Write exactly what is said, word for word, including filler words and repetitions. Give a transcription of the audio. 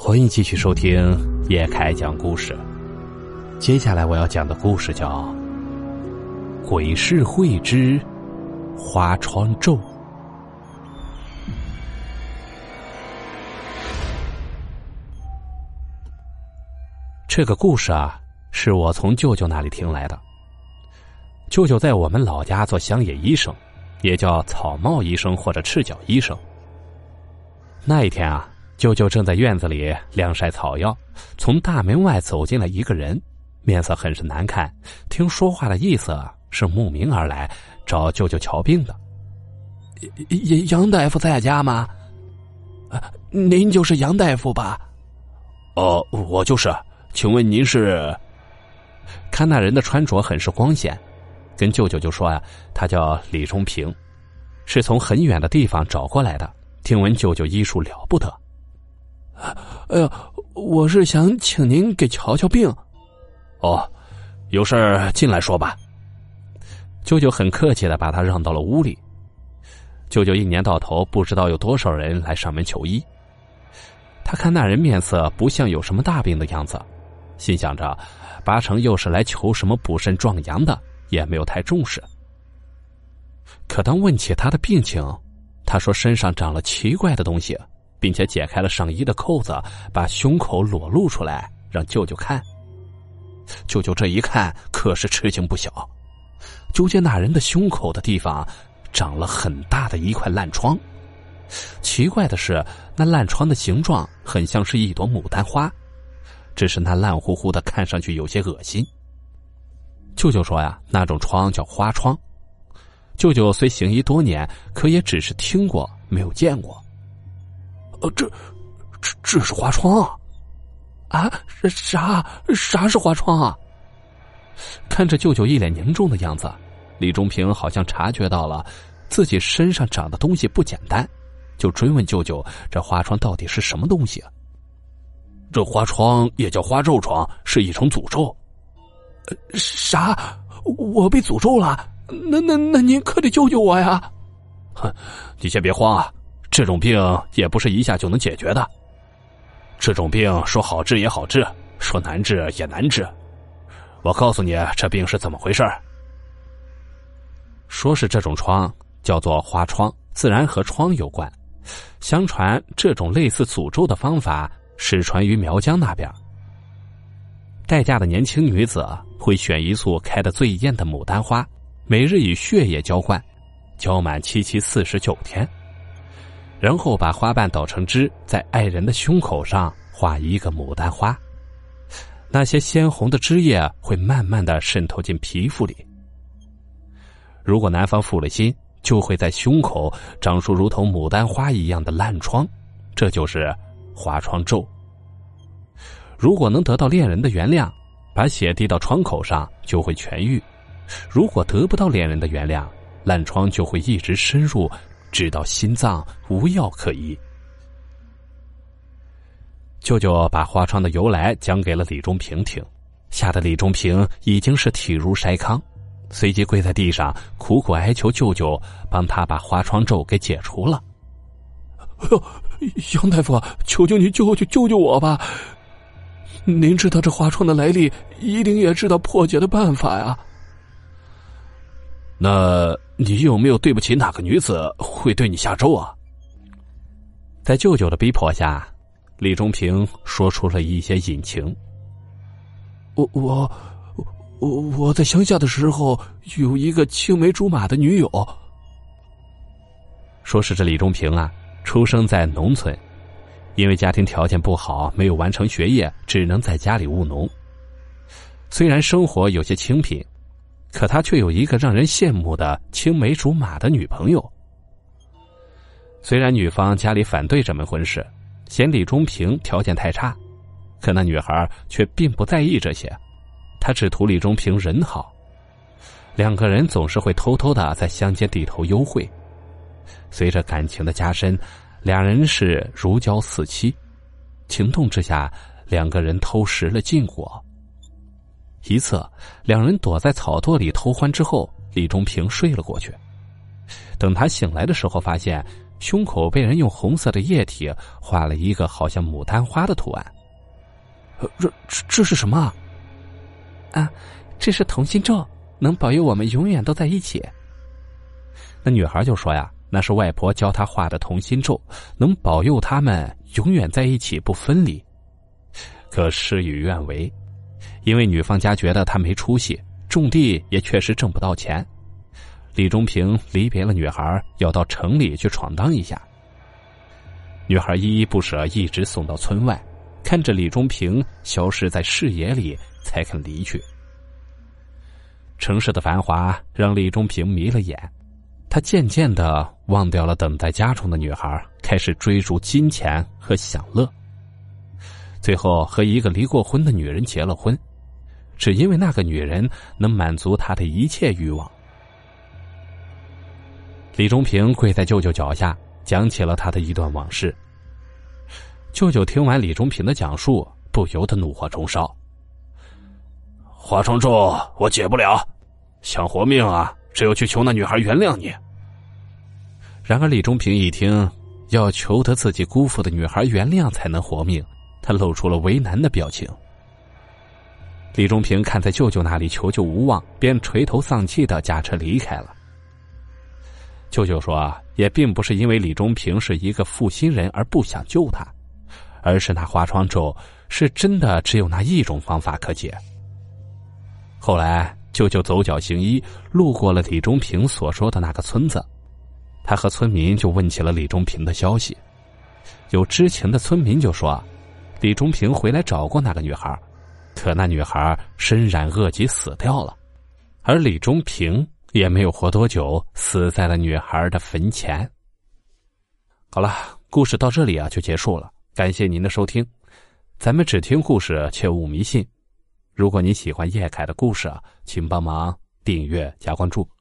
欢迎继续收听叶凯讲故事。接下来我要讲的故事叫《鬼事会之花窗咒》。这个故事啊，是我从舅舅那里听来的。舅舅在我们老家做乡野医生，也叫草帽医生或者赤脚医生。那一天啊，舅舅正在院子里晾晒草药，从大门外走进来一个人，面色很是难看，听说话的意思是慕名而来找舅舅瞧病的。 杨大夫在家吗？您就是杨大夫吧？ 哦，我就是，请问您是？看那人的穿着很是光鲜，跟舅舅就说呀、啊，他叫李忠平，是从很远的地方找过来的，听闻舅舅医术了不得。 哎呀，我是想请您给瞧瞧病。 哦，有事儿进来说吧。舅舅很客气的把他让到了屋里。舅舅一年到头不知道有多少人来上门求医，他看那人面色不像有什么大病的样子，心想着八成又是来求什么补肾壮阳的，也没有太重视。可当问起他的病情，他说身上长了奇怪的东西，并且解开了上衣的扣子，把胸口裸露出来让舅舅看。舅舅这一看可是吃惊不小，就见那人的胸口的地方长了很大的一块烂疮。奇怪的是，那烂疮的形状很像是一朵牡丹花，只是那烂乎乎的，看上去有些恶心。舅舅说呀，那种疮叫花疮。舅舅虽行医多年，可也只是听过没有见过。 呃，这这这是花疮啊！啊，啥啥是花疮啊？ 看着舅舅一脸凝重的样子，李忠平好像察觉到了自己身上长的东西不简单，就追问舅舅这花疮到底是什么东西啊？ 这花疮也叫花咒疮，是一种诅咒。呃、啥？我被诅咒了？那那那您可得救救我呀！ 哼，你先别慌啊，这种病也不是一下就能解决的。这种病说好治也好治，说难治也难治。我告诉你这病是怎么回事。说是这种疮叫做花疮，自然和疮有关。相传这种类似诅咒的方法始传于苗疆那边。待嫁的年轻女子会选一簇开得最艳的牡丹花，每日以血液浇灌，浇满七七四十九天，然后把花瓣捣成汁，在爱人的胸口上画一个牡丹花。那些鲜红的汁液会慢慢的渗透进皮肤里。如果男方负了心，就会在胸口长出如同牡丹花一样的烂疮，这就是花疮咒。如果能得到恋人的原谅，把血滴到疮口上就会痊愈。如果得不到恋人的原谅，烂疮就会一直深入，直到心脏无药可医。舅舅把花疮的由来讲给了李忠平听，吓得李忠平已经是体如筛糠，随即跪在地上苦苦哀求舅舅帮他把花疮咒给解除了。 哎呦，杨大夫，求求你救救救救我吧！您知道这花疮的来历，一定也知道破解的办法呀。 那你有没有对不起哪个女子会对你下咒啊？在舅舅的逼迫下，李忠平说出了一些隐情。 我我我我在乡下的时候有一个青梅竹马的女友。 说是这李忠平啊，出生在农村，因为家庭条件不好，没有完成学业，只能在家里务农。虽然生活有些清贫，可他却有一个让人羡慕的青梅竹马的女朋友。虽然女方家里反对这门婚事，嫌李忠平条件太差，可那女孩却并不在意这些，她只图李忠平人好。两个人总是会偷偷的在乡间地头幽会。随着感情的加深，两人是如胶似漆。情动之下，两个人偷食了禁果。一次，两人躲在草垛里偷欢之后，李忠平睡了过去。等他醒来的时候，发现胸口被人用红色的液体画了一个好像牡丹花的图案。 这这这是什么？ 啊，这是同心咒，能保佑我们永远都在一起。 那女孩就说呀，那是外婆教她画的同心咒，能保佑他们永远在一起不分离。可事与愿违，因为女方家觉得她没出息，种地也确实挣不到钱。李忠平离别了女孩，要到城里去闯荡一下。女孩依依不舍，一直送到村外，看着李忠平消失在视野里，才肯离去。城市的繁华让李忠平迷了眼，他渐渐地忘掉了等在家中的女孩，开始追逐金钱和享乐。最后和一个离过婚的女人结了婚，只因为那个女人能满足他的一切欲望。李忠平跪在舅舅脚下，讲起了他的一段往事。舅舅听完李忠平的讲述，不由得怒火中烧。 化妆咒我解不了，想活命啊，只有去求那女孩原谅你。 然而李忠平一听要求得自己辜负的女孩原谅才能活命，他露出了为难的表情。李忠平看在舅舅那里求救无望，便垂头丧气地驾车离开了。舅舅说，也并不是因为李忠平是一个负心人而不想救他，而是那化妆咒是真的只有那一种方法可解。后来舅舅走脚行医，路过了李忠平所说的那个村子，他和村民就问起了李忠平的消息。有知情的村民就说，李忠平回来找过那个女孩，可那女孩身染恶疾死掉了，而李忠平也没有活多久，死在了女孩的坟前。好了，故事到这里啊就结束了，感谢您的收听。咱们只听故事，切勿迷信。如果你喜欢叶凯的故事啊，请帮忙订阅加关注。